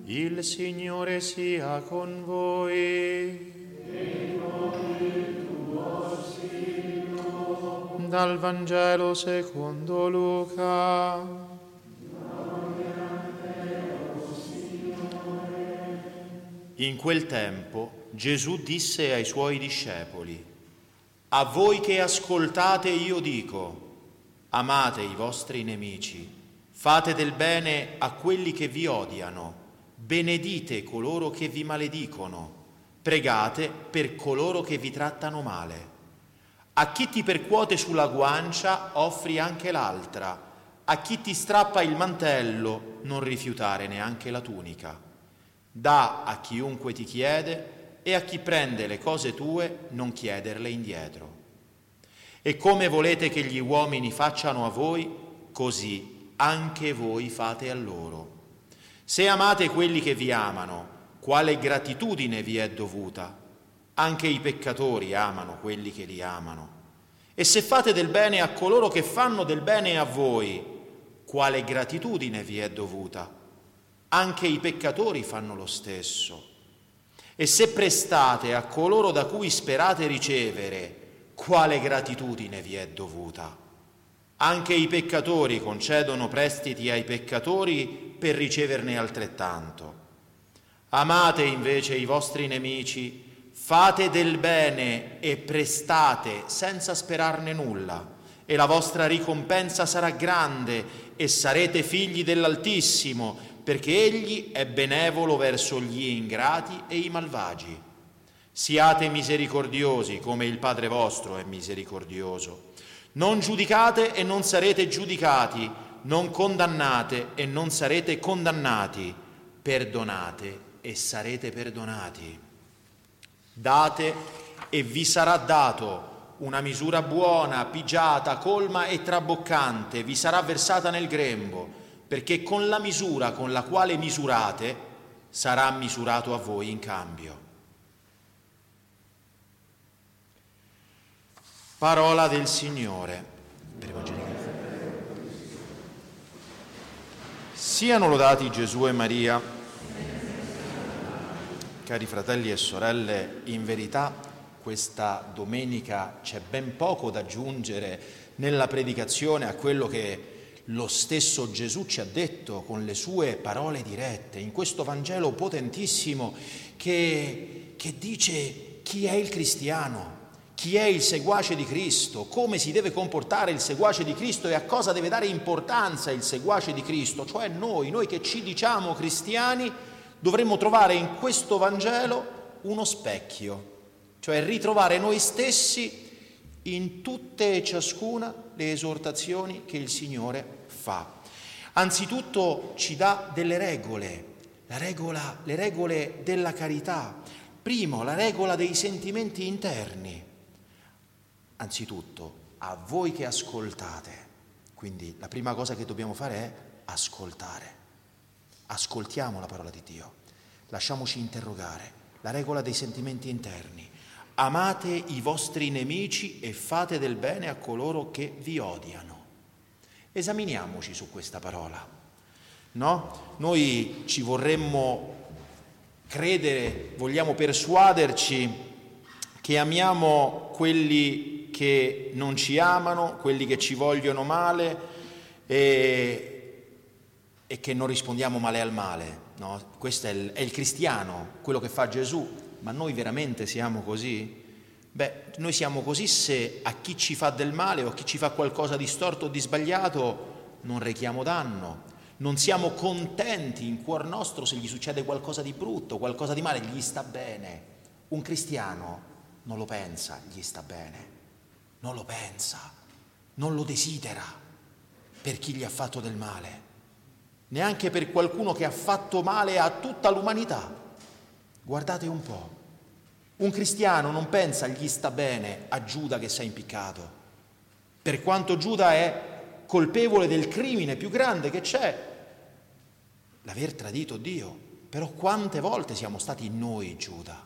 Il Signore sia con voi. E con il tuo spirito. Dal Vangelo secondo Luca. In quel tempo Gesù disse ai suoi discepoli: a voi che ascoltate io dico, amate i vostri nemici, fate del bene a quelli che vi odiano, benedite coloro che vi maledicono, pregate per coloro che vi trattano male. A chi ti percuote sulla guancia offri anche l'altra, a chi ti strappa il mantello non rifiutare neanche la tunica. Dà a chiunque ti chiede e a chi prende le cose tue non chiederle indietro. E come volete che gli uomini facciano a voi, così anche voi fate a loro. Se amate quelli che vi amano, quale gratitudine vi è dovuta? Anche i peccatori amano quelli che li amano. E se fate del bene a coloro che fanno del bene a voi, quale gratitudine vi è dovuta? Anche i peccatori fanno lo stesso. E se prestate a coloro da cui sperate ricevere, quale gratitudine vi è dovuta? Anche i peccatori concedono prestiti ai peccatori per riceverne altrettanto. Amate invece i vostri nemici, fate del bene e prestate senza sperarne nulla, e la vostra ricompensa sarà grande e sarete figli dell'Altissimo, perché Egli è benevolo verso gli ingrati e i malvagi. Siate misericordiosi come il Padre vostro è misericordioso. Non giudicate e non sarete giudicati, non condannate e non sarete condannati, perdonate e sarete perdonati. Date e vi sarà dato, una misura buona, pigiata, colma e traboccante vi sarà versata nel grembo, perché con la misura con la quale misurate sarà misurato a voi in cambio. Parola del Signore. Siano lodati Gesù e Maria. Cari fratelli e sorelle, in verità questa domenica c'è ben poco da aggiungere nella predicazione a quello che lo stesso Gesù ci ha detto con le sue parole dirette, in questo Vangelo potentissimo che dice chi è il cristiano, chi è il seguace di Cristo, come si deve comportare il seguace di Cristo e a cosa deve dare importanza il seguace di Cristo, cioè noi che ci diciamo cristiani, dovremmo trovare in questo Vangelo uno specchio, cioè ritrovare noi stessi in tutte e ciascuna le esortazioni che il Signore fa. Anzitutto ci dà delle regole, le regole della carità. Primo, la regola dei sentimenti interni. Anzitutto, a voi che ascoltate, quindi la prima cosa che dobbiamo fare è ascoltare. Ascoltiamo la parola di Dio, lasciamoci interrogare. La regola dei sentimenti interni. Amate i vostri nemici e fate del bene a coloro che vi odiano. Esaminiamoci su questa parola, no? Noi ci vorremmo credere, vogliamo persuaderci che amiamo quelli che non ci amano, quelli che ci vogliono male e che non rispondiamo male al male, no? Questo è il cristiano, quello che fa Gesù, ma noi veramente siamo così? Beh, noi siamo così se a chi ci fa del male o a chi ci fa qualcosa di storto o di sbagliato non rechiamo danno, non siamo contenti in cuor nostro se gli succede qualcosa di brutto, qualcosa di male, gli sta bene. Un cristiano non lo pensa, gli sta bene, non lo pensa, non lo desidera per chi gli ha fatto del male, neanche per qualcuno che ha fatto male a tutta l'umanità. Guardate un po'. Un cristiano non pensa gli sta bene a Giuda che si è impiccato, per quanto Giuda è colpevole del crimine più grande che c'è, l'aver tradito Dio. Però quante volte siamo stati noi Giuda?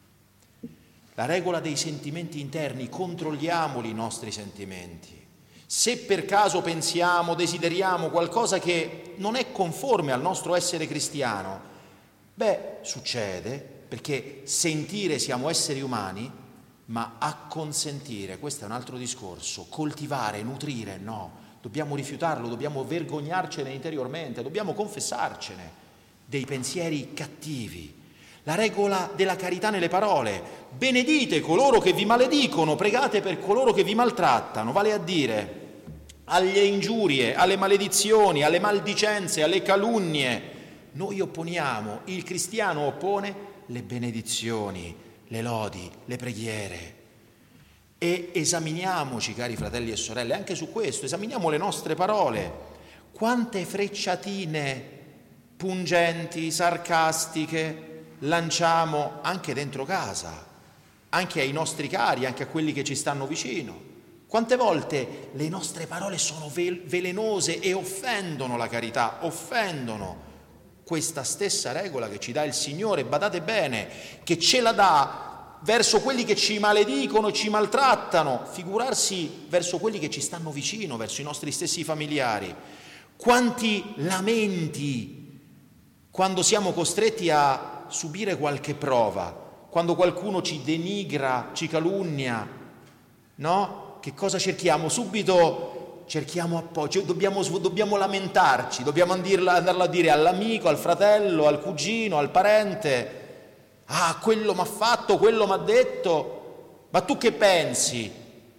La regola dei sentimenti interni, controlliamoli i nostri sentimenti. Se per caso pensiamo, desideriamo qualcosa che non è conforme al nostro essere cristiano, Beh, succede, perché sentire siamo esseri umani, ma acconsentire, questo è un altro discorso, coltivare, nutrire, no. Dobbiamo rifiutarlo, dobbiamo vergognarcene interiormente, dobbiamo confessarcene dei pensieri cattivi. La regola della carità nelle parole: benedite coloro che vi maledicono, pregate per coloro che vi maltrattano, vale a dire alle ingiurie, alle maledizioni, alle maldicenze, alle calunnie. Noi opponiamo, il cristiano oppone le benedizioni, le lodi, le preghiere. E esaminiamoci, cari fratelli e sorelle, anche su questo, esaminiamo le nostre parole. Quante frecciatine pungenti, sarcastiche lanciamo anche dentro casa, anche ai nostri cari, anche a quelli che ci stanno vicino. Quante volte le nostre parole sono velenose e offendono la carità, offendono questa stessa regola che ci dà il Signore, badate bene, che ce la dà verso quelli che ci maledicono, ci maltrattano, figurarsi verso quelli che ci stanno vicino, verso i nostri stessi familiari. Quanti lamenti quando siamo costretti a subire qualche prova, quando qualcuno ci denigra, ci calunnia, no? Che cosa cerchiamo? Subito cerchiamo appoggio, dobbiamo lamentarci, dobbiamo andarlo a dire all'amico, al fratello, al cugino, al parente. Ah, quello m'ha fatto, quello m'ha detto, ma tu che pensi?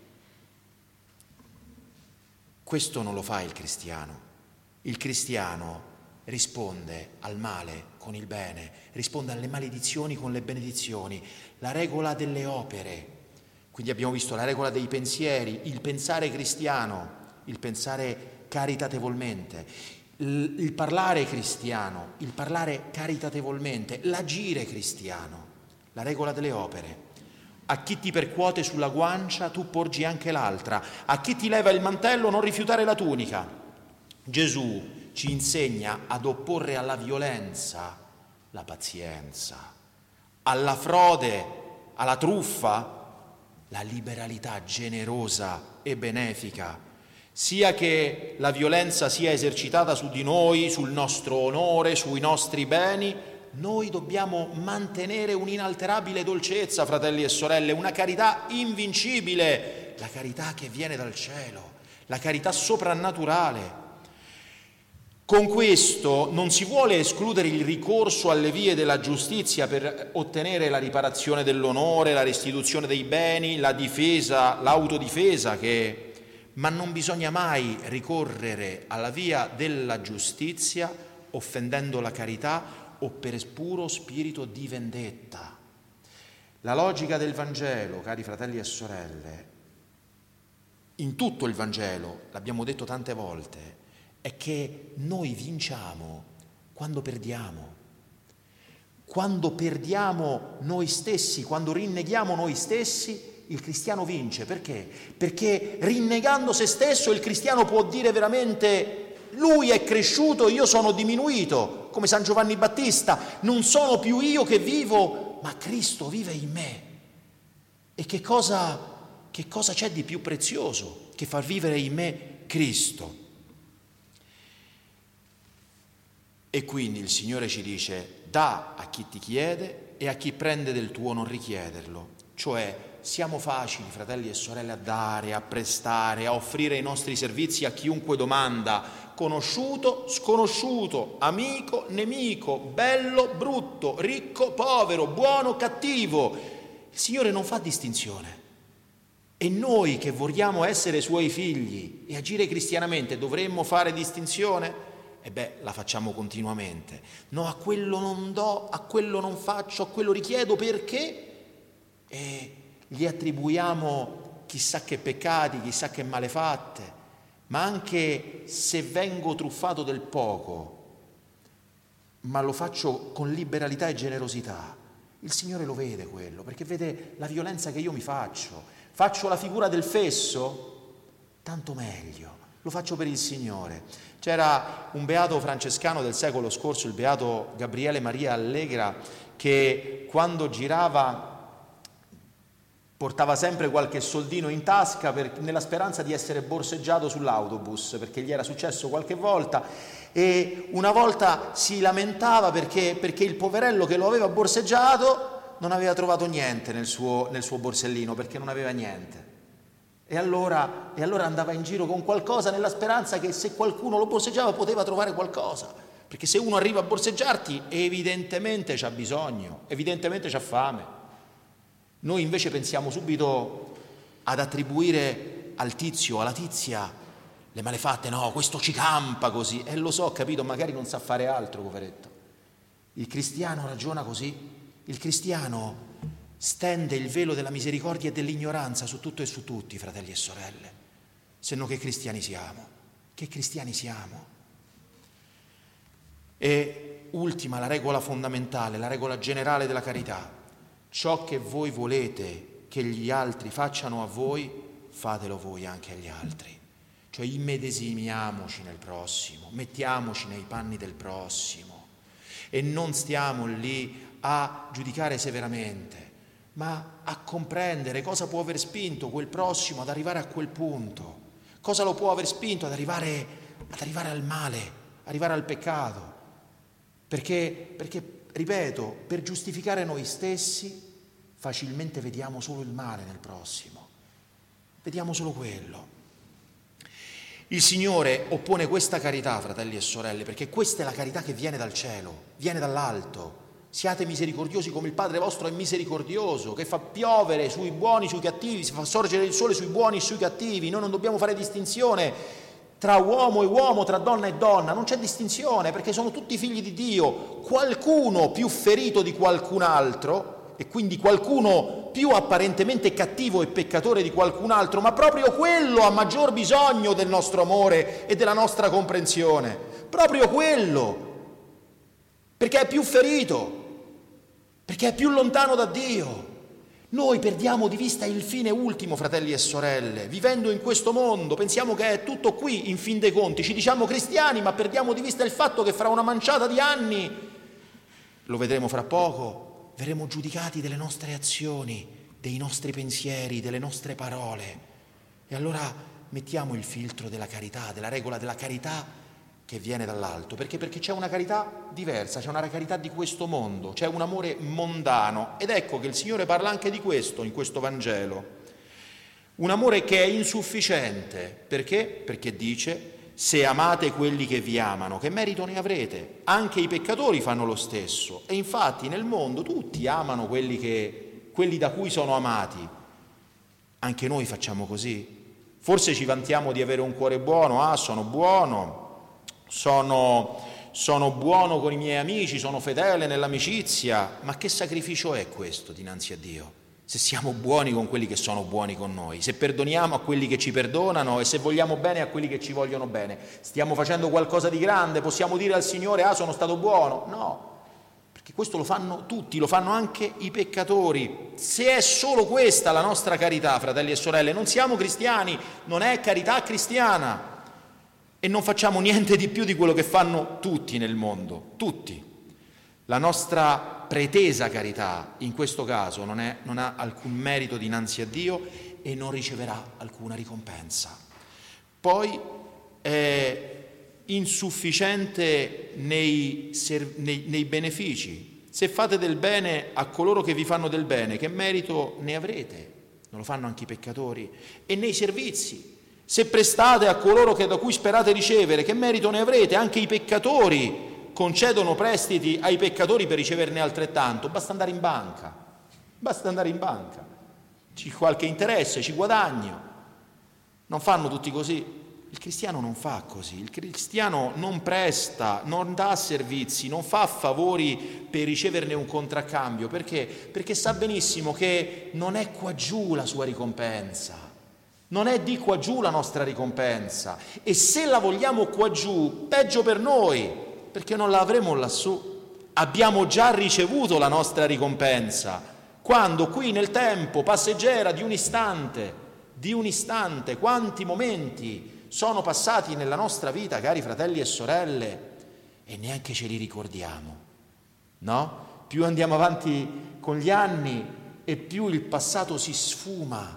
Questo non lo fa il cristiano. Il cristiano risponde al male con il bene, risponde alle maledizioni con le benedizioni, la regola delle opere. Quindi abbiamo visto la regola dei pensieri, il pensare cristiano, il pensare caritatevolmente, il parlare cristiano, il parlare caritatevolmente, l'agire cristiano, la regola delle opere. A chi ti percuote sulla guancia tu porgi anche l'altra, a chi ti leva il mantello non rifiutare la tunica. Gesù ci insegna ad opporre alla violenza la pazienza, alla frode, alla truffa, la liberalità generosa e benefica, sia che la violenza sia esercitata su di noi, sul nostro onore, sui nostri beni. Noi dobbiamo mantenere un'inalterabile dolcezza, fratelli e sorelle, una carità invincibile, la carità che viene dal cielo, la carità soprannaturale. Con questo non si vuole escludere il ricorso alle vie della giustizia per ottenere la riparazione dell'onore, la restituzione dei beni, la difesa, l'autodifesa, ma non bisogna mai ricorrere alla via della giustizia offendendo la carità o per puro spirito di vendetta. La logica del Vangelo, cari fratelli e sorelle, in tutto il Vangelo, l'abbiamo detto tante volte, è che noi vinciamo quando perdiamo. Quando perdiamo noi stessi, quando rinneghiamo noi stessi, il cristiano vince. Perché? Perché rinnegando se stesso il cristiano può dire veramente: lui è cresciuto, io sono diminuito, come San Giovanni Battista, non sono più io che vivo, ma Cristo vive in me. E che cosa c'è di più prezioso che far vivere in me Cristo? E quindi il Signore ci dice: dà a chi ti chiede e a chi prende del tuo non richiederlo. Cioè siamo facili, fratelli e sorelle, a dare, a prestare, a offrire i nostri servizi a chiunque domanda, conosciuto, sconosciuto, amico, nemico, bello, brutto, ricco, povero, buono, cattivo. Il Signore non fa distinzione. E noi che vogliamo essere Suoi figli e agire cristianamente dovremmo fare distinzione? La facciamo continuamente. No, a quello non do, a quello non faccio, a quello richiedo perché? E gli attribuiamo chissà che peccati, chissà che malefatte, ma anche se vengo truffato del poco, ma lo faccio con liberalità e generosità, il Signore lo vede quello, perché vede la violenza che io mi faccio. Faccio la figura del fesso? Tanto meglio, lo faccio per il Signore. C'era un beato francescano del secolo scorso, il beato Gabriele Maria Allegra, che quando girava portava sempre qualche soldino in tasca nella speranza di essere borseggiato sull'autobus, perché gli era successo qualche volta, E una volta si lamentava perché il poverello che lo aveva borseggiato non aveva trovato niente nel suo borsellino, perché non aveva niente. E allora andava in giro con qualcosa nella speranza che se qualcuno lo borseggiava poteva trovare qualcosa. Perché se uno arriva a borseggiarti evidentemente c'ha bisogno, evidentemente c'ha fame. Noi invece pensiamo subito ad attribuire al tizio, alla tizia, le malefatte. No, questo ci campa così. E lo so, capito, magari non sa fare altro, poveretto. Il cristiano ragiona così. Il cristiano stende il velo della misericordia e dell'ignoranza su tutto e su tutti, fratelli e sorelle. Se no che cristiani siamo? Che cristiani siamo? E ultima, la regola fondamentale, la regola generale della carità. Ciò che voi volete che gli altri facciano a voi, fatelo voi anche agli altri. Cioè immedesimiamoci nel prossimo, mettiamoci nei panni del prossimo e non stiamo lì a giudicare severamente, ma a comprendere cosa può aver spinto quel prossimo ad arrivare a quel punto, cosa lo può aver spinto ad arrivare al male, arrivare al peccato. Perché, ripeto, per giustificare noi stessi facilmente vediamo solo il male nel prossimo, vediamo solo quello. Il Signore oppone questa carità, fratelli e sorelle, perché questa è la carità che viene dal cielo, viene dall'alto. Siate misericordiosi come il Padre vostro è misericordioso, che fa piovere sui buoni e sui cattivi, si fa sorgere il sole sui buoni e sui cattivi. Noi non dobbiamo fare distinzione tra uomo e uomo, tra donna e donna, non c'è distinzione perché sono tutti figli di Dio. Qualcuno più ferito di qualcun altro e quindi qualcuno più apparentemente cattivo e peccatore di qualcun altro, ma proprio quello ha maggior bisogno del nostro amore e della nostra comprensione, proprio quello, perché è più ferito, perché è più lontano da Dio. Noi perdiamo di vista il fine ultimo, fratelli e sorelle, vivendo in questo mondo, pensiamo che è tutto qui in fin dei conti, ci diciamo cristiani, ma perdiamo di vista il fatto che fra una manciata di anni, lo vedremo fra poco, verremo giudicati delle nostre azioni, dei nostri pensieri, delle nostre parole. E allora mettiamo il filtro della carità, della regola della carità che viene dall'alto, perché c'è una carità diversa, c'è una carità di questo mondo, c'è un amore mondano, ed ecco che il Signore parla anche di questo in questo Vangelo. Un amore che è insufficiente, perché? Perché dice: se amate quelli che vi amano, che merito ne avrete? Anche i peccatori fanno lo stesso. E infatti nel mondo tutti amano quelli da cui sono amati. Anche noi facciamo così. Forse ci vantiamo di avere un cuore buono. Sono buono, sono buono con i miei amici, sono fedele nell'amicizia. Ma che sacrificio è questo dinanzi a Dio? Se siamo buoni con quelli che sono buoni con noi, se perdoniamo a quelli che ci perdonano e se vogliamo bene a quelli che ci vogliono bene, stiamo facendo qualcosa di grande? Possiamo dire al Signore: sono stato buono? No, perché questo lo fanno tutti, lo fanno anche i peccatori. Se è solo questa la nostra carità, fratelli e sorelle, non siamo cristiani, non è carità cristiana e non facciamo niente di più di quello che fanno tutti nel mondo, tutti. La nostra pretesa carità in questo caso non ha alcun merito dinanzi a Dio e non riceverà alcuna ricompensa. Poi è insufficiente nei benefici. Se fate del bene a coloro che vi fanno del bene, che merito ne avrete? Non lo fanno anche i peccatori? E nei servizi, se prestate a coloro da cui sperate ricevere, che merito ne avrete? Anche i peccatori concedono prestiti ai peccatori per riceverne altrettanto. Basta andare in banca, c'è qualche interesse, ci guadagno. Non fanno tutti così? Il cristiano non fa così, il cristiano non presta, non dà servizi, non fa favori per riceverne un contraccambio. Perché? Perché sa benissimo che non è qua giù la sua ricompensa, non è di qua giù la nostra ricompensa, e se la vogliamo qua giù, peggio per noi, perché non la avremo lassù. Abbiamo già ricevuto la nostra ricompensa, quando qui nel tempo passeggera di un istante, quanti momenti sono passati nella nostra vita, cari fratelli e sorelle, e neanche ce li ricordiamo, no? Più andiamo avanti con gli anni e più il passato si sfuma,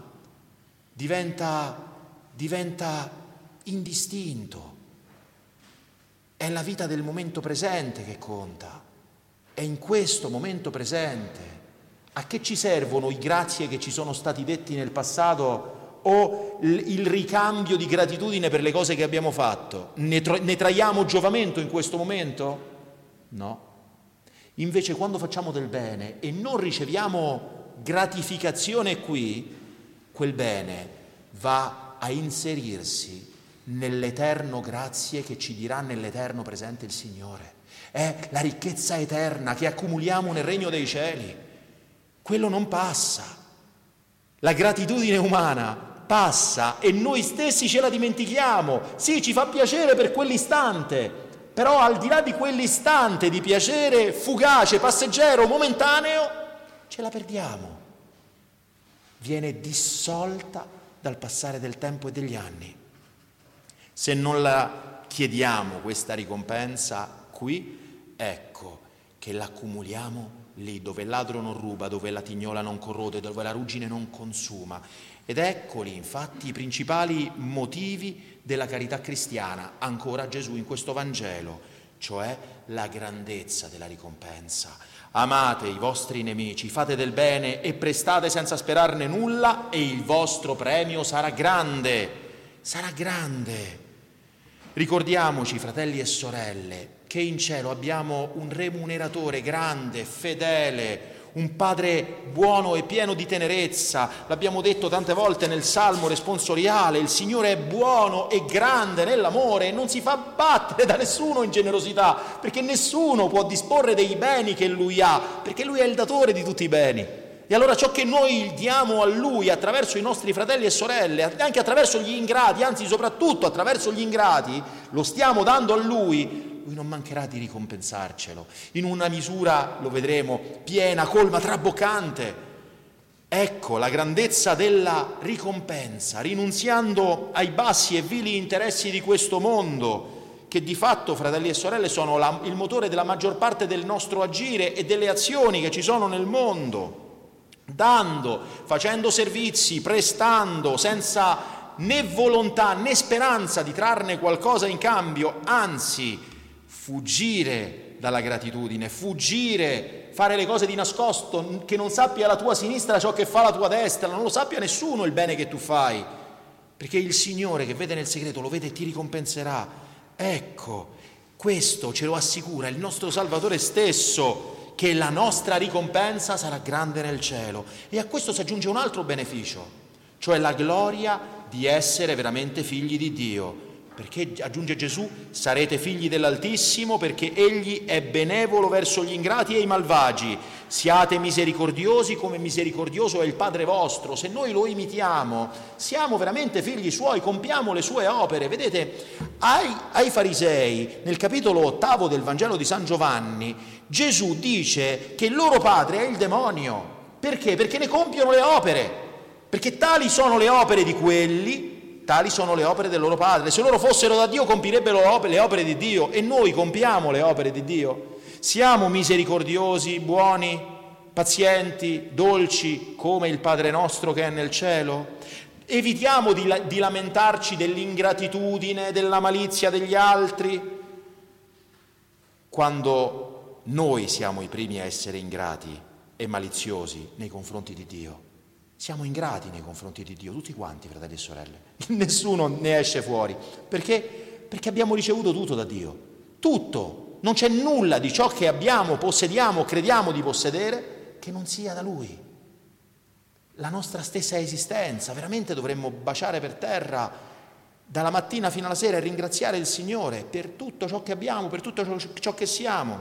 diventa indistinto. È la vita del momento presente che conta. È in questo momento presente. A che ci servono i grazie che ci sono stati detti nel passato o il ricambio di gratitudine per le cose che abbiamo fatto? Ne traiamo giovamento in questo momento? No. Invece quando facciamo del bene e non riceviamo gratificazione qui, quel bene va a inserirsi nell'eterno grazie che ci dirà nell'eterno presente il Signore. È la ricchezza eterna che accumuliamo nel regno dei cieli. Quello non passa. La gratitudine umana passa e noi stessi ce la dimentichiamo. Sì, ci fa piacere per quell'istante, però al di là di quell'istante di piacere fugace, passeggero, momentaneo, ce la perdiamo. Viene dissolta dal passare del tempo e degli anni. Se non la chiediamo questa ricompensa qui, ecco che l'accumuliamo lì dove il ladro non ruba, dove la tignola non corrode, dove la ruggine non consuma. Ed eccoli infatti i principali motivi della carità cristiana, ancora Gesù in questo Vangelo, cioè la grandezza della ricompensa. Amate i vostri nemici, fate del bene e prestate senza sperarne nulla e il vostro premio sarà grande, sarà grande. Ricordiamoci, fratelli e sorelle, che in cielo abbiamo un remuneratore grande, fedele, un Padre buono e pieno di tenerezza. L'abbiamo detto tante volte nel Salmo responsoriale, il Signore è buono e grande nell'amore e non si fa battere da nessuno in generosità, perché nessuno può disporre dei beni che Lui ha, perché Lui è il datore di tutti i beni. E allora ciò che noi diamo a Lui attraverso i nostri fratelli e sorelle, anche attraverso gli ingrati, anzi soprattutto attraverso gli ingrati, lo stiamo dando a Lui non mancherà di ricompensarcelo, in una misura, lo vedremo, piena, colma, traboccante. Ecco la grandezza della ricompensa, rinunziando ai bassi e vili interessi di questo mondo, che di fatto, fratelli e sorelle, sono il motore della maggior parte del nostro agire e delle azioni che ci sono nel mondo. Dando, facendo servizi, prestando, senza né volontà né speranza di trarne qualcosa in cambio, anzi fuggire dalla gratitudine, fuggire, fare le cose di nascosto, che non sappia la tua sinistra ciò che fa la tua destra, non lo sappia nessuno il bene che tu fai, perché il Signore che vede nel segreto lo vede e ti ricompenserà. Ecco, questo ce lo assicura il nostro Salvatore stesso, che la nostra ricompensa sarà grande nel cielo. E a questo si aggiunge un altro beneficio, cioè la gloria di essere veramente figli di Dio. Perché, aggiunge Gesù, sarete figli dell'Altissimo perché Egli è benevolo verso gli ingrati e i malvagi. Siate misericordiosi come misericordioso è il Padre vostro. Se noi lo imitiamo, siamo veramente figli Suoi, compiamo le Sue opere. Vedete, ai farisei, nel capitolo 8 del Vangelo di San Giovanni, Gesù dice che il loro padre è il demonio. Perché? Perché ne compiono le opere. Perché tali sono le opere di quelli, tali sono le opere del loro Padre. Se loro fossero da Dio compirebbero le opere di Dio e noi compiamo le opere di Dio. Siamo misericordiosi, buoni, pazienti, dolci come il Padre nostro che è nel cielo. Evitiamo di lamentarci dell'ingratitudine, della malizia degli altri, quando noi siamo i primi a essere ingrati e maliziosi nei confronti di Dio. Siamo ingrati nei confronti di Dio, tutti quanti, fratelli e sorelle. Nessuno ne esce fuori. Perché? Perché abbiamo ricevuto tutto da Dio. Tutto. Non c'è nulla di ciò che abbiamo, possediamo, crediamo di possedere, che non sia da Lui. La nostra stessa esistenza. Veramente dovremmo baciare per terra dalla mattina fino alla sera e ringraziare il Signore per tutto ciò che abbiamo, per tutto ciò che siamo.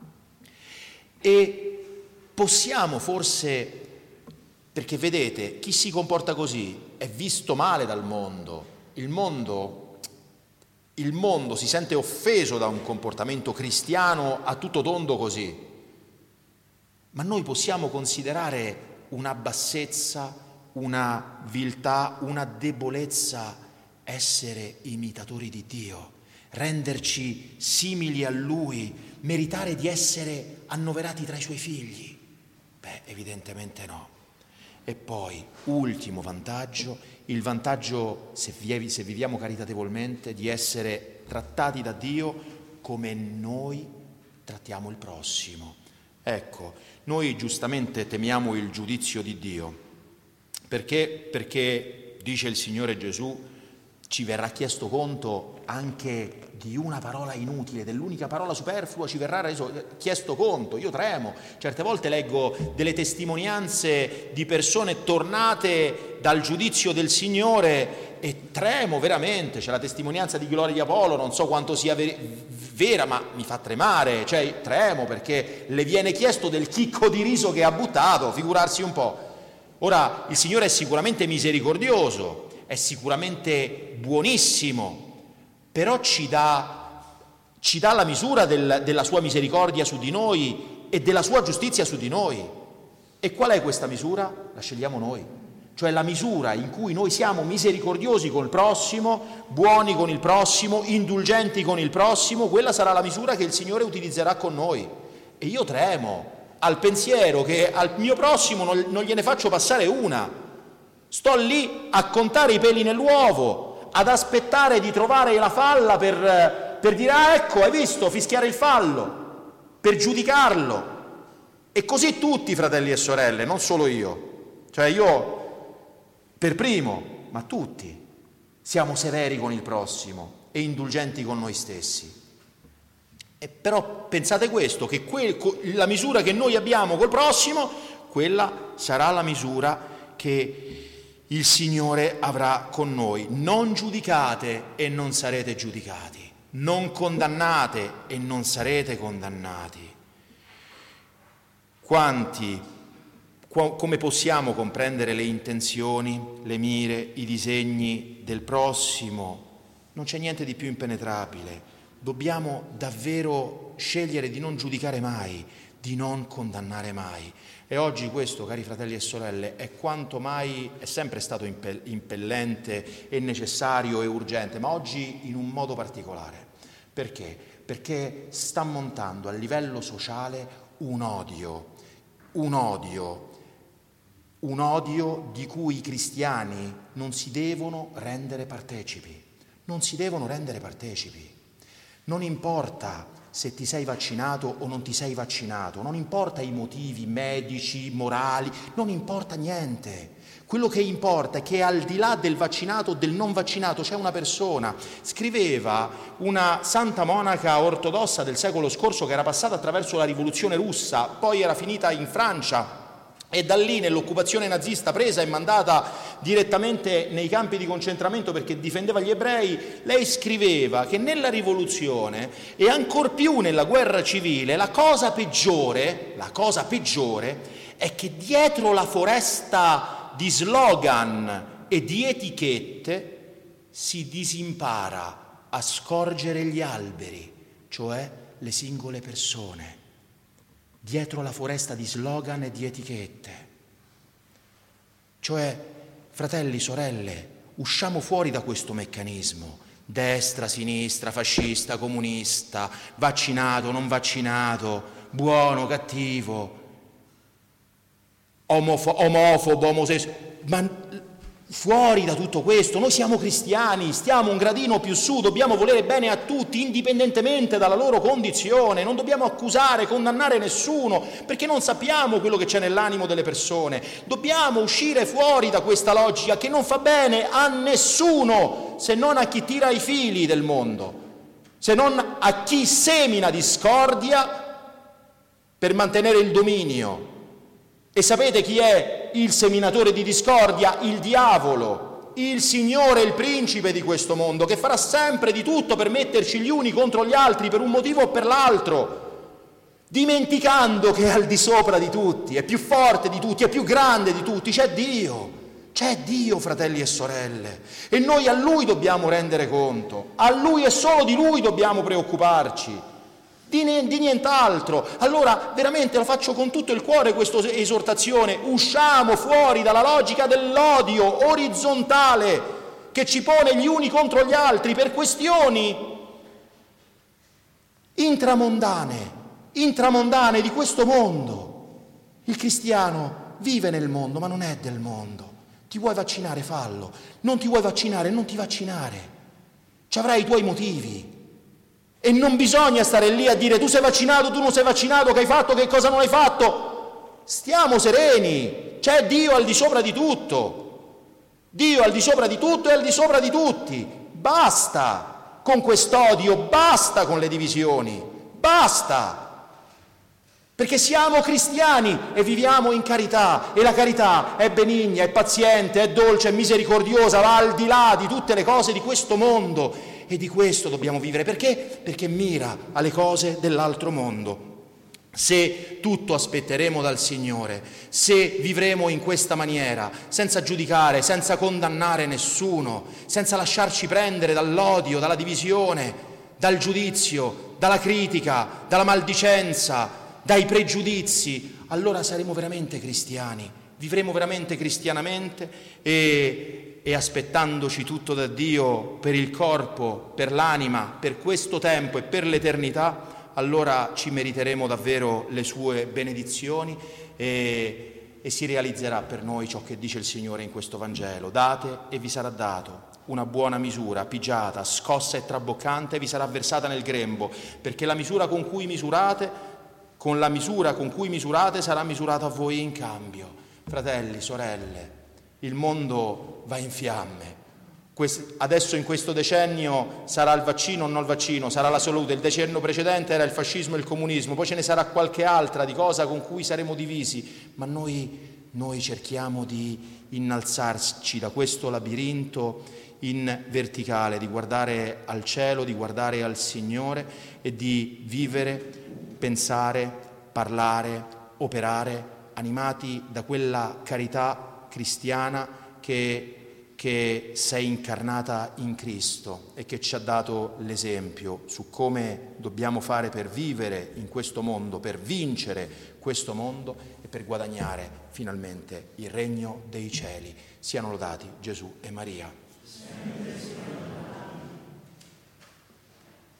E possiamo forse... Perché vedete, chi si comporta così è visto male dal mondo. Il mondo si sente offeso da un comportamento cristiano a tutto tondo così. Ma noi possiamo considerare una bassezza, una viltà, una debolezza essere imitatori di Dio, renderci simili a Lui, meritare di essere annoverati tra i Suoi figli? Beh, evidentemente no. E poi, ultimo vantaggio, il vantaggio, se viviamo caritatevolmente, di essere trattati da Dio come noi trattiamo il prossimo. Ecco, noi giustamente temiamo il giudizio di Dio, perché dice il Signore Gesù, ci verrà chiesto conto anche di una parola inutile, dell'unica parola superflua ci verrà chiesto conto. Io tremo, certe volte leggo delle testimonianze di persone tornate dal giudizio del Signore e tremo veramente. C'è la testimonianza di Gloria di Apollo, non so quanto sia vera, ma mi fa tremare, cioè tremo perché le viene chiesto del chicco di riso che ha buttato, figurarsi un po'. Ora, il Signore è sicuramente misericordioso, è sicuramente buonissimo, però ci dà la misura della sua misericordia su di noi e della sua giustizia su di noi. E qual è questa misura? La scegliamo noi. Cioè la misura in cui noi siamo misericordiosi con il prossimo, buoni con il prossimo, indulgenti con il prossimo, quella sarà la misura che il Signore utilizzerà con noi. E io tremo al pensiero che al mio prossimo non gliene faccio passare una. Sto lì a contare i peli nell'uovo, ad aspettare di trovare la falla per dire ecco, hai visto, fischiare il fallo, per giudicarlo. E così tutti, fratelli e sorelle, non solo io. Cioè io per primo, ma tutti, siamo severi con il prossimo e indulgenti con noi stessi. E però pensate questo, che la misura che noi abbiamo col prossimo, quella sarà la misura che il Signore avrà con noi. Non giudicate e non sarete giudicati, non condannate e non sarete condannati. Come possiamo comprendere le intenzioni, le mire, i disegni del prossimo? Non c'è niente di più impenetrabile. Dobbiamo davvero scegliere di non giudicare mai, di non condannare mai. E oggi questo, cari fratelli e sorelle, è quanto mai, è sempre stato impellente e necessario e urgente, ma oggi in un modo particolare. Perché? Perché sta montando a livello sociale un odio di cui i cristiani non si devono rendere partecipi. Non si devono rendere partecipi. Non importa se ti sei vaccinato o non ti sei vaccinato, non importa i motivi medici, morali, non importa niente. Quello che importa è che al di là del vaccinato o del non vaccinato c'è una persona. Scriveva una santa monaca ortodossa del secolo scorso che era passata attraverso la rivoluzione russa, poi era finita in Francia e da lì nell'occupazione nazista presa e mandata direttamente nei campi di concentramento perché difendeva gli ebrei. Lei scriveva che nella rivoluzione e ancor più nella guerra civile la cosa peggiore è che dietro la foresta di slogan e di etichette si disimpara a scorgere gli alberi, cioè le singole persone. Dietro la foresta di slogan e di etichette. Cioè, fratelli, sorelle, usciamo fuori da questo meccanismo. Destra, sinistra, fascista, comunista, vaccinato, non vaccinato, buono, cattivo, omofobo, omosessuale. Ma fuori da tutto questo, noi siamo cristiani, stiamo un gradino più su, dobbiamo volere bene a tutti, indipendentemente dalla loro condizione, non dobbiamo accusare, condannare nessuno, perché non sappiamo quello che c'è nell'animo delle persone. Dobbiamo uscire fuori da questa logica che non fa bene a nessuno, se non a chi tira i fili del mondo, se non a chi semina discordia per mantenere il dominio. E sapete chi è il seminatore di discordia? Il diavolo, il signore, il principe di questo mondo, che farà sempre di tutto per metterci gli uni contro gli altri per un motivo o per l'altro, dimenticando che è al di sopra di tutti, è più forte di tutti, è più grande di tutti, c'è Dio, fratelli e sorelle, e noi a Lui dobbiamo rendere conto, a Lui e solo di Lui dobbiamo preoccuparci. Di nient'altro. Allora veramente lo faccio con tutto il cuore questa esortazione: usciamo fuori dalla logica dell'odio orizzontale che ci pone gli uni contro gli altri per questioni intramondane di questo mondo. Il cristiano vive nel mondo ma non è del mondo. Ti vuoi vaccinare, fallo. Non ti vuoi vaccinare, non ti vaccinare. Ci avrai i tuoi motivi. E non bisogna stare lì a dire tu sei vaccinato, tu non sei vaccinato, che hai fatto, che cosa non hai fatto. Stiamo sereni, c'è Dio al di sopra di tutto. Dio al di sopra di tutto e al di sopra di tutti. Basta con quest'odio, basta con le divisioni, basta. Perché siamo cristiani e viviamo in carità, e la carità è benigna, è paziente, è dolce, è misericordiosa, va al di là di tutte le cose di questo mondo. E di questo dobbiamo vivere. Perché? Perché mira alle cose dell'altro mondo. Se tutto aspetteremo dal Signore, se vivremo in questa maniera, senza giudicare, senza condannare nessuno, senza lasciarci prendere dall'odio, dalla divisione, dal giudizio, dalla critica, dalla maldicenza, dai pregiudizi, allora saremo veramente cristiani, vivremo veramente cristianamente e aspettandoci tutto da Dio per il corpo, per l'anima, per questo tempo e per l'eternità, allora ci meriteremo davvero le sue benedizioni e si realizzerà per noi ciò che dice il Signore in questo Vangelo. Date e vi sarà dato, una buona misura, pigiata, scossa e traboccante vi sarà versata nel grembo, perché la misura con cui misurate, con la misura con cui misurate sarà misurata a voi in cambio. Fratelli, sorelle, il mondo va in fiamme. Adesso in questo decennio sarà il vaccino o non il vaccino, sarà la salute. Il decennio precedente era il fascismo e il comunismo, poi ce ne sarà qualche altra di cosa con cui saremo divisi, ma noi cerchiamo di innalzarci da questo labirinto in verticale, di guardare al cielo, di guardare al Signore e di vivere, pensare, parlare, operare, animati da quella carità cristiana che si è incarnata in Cristo e che ci ha dato l'esempio su come dobbiamo fare per vivere in questo mondo, per vincere questo mondo e per guadagnare finalmente il regno dei cieli. Siano lodati Gesù e Maria.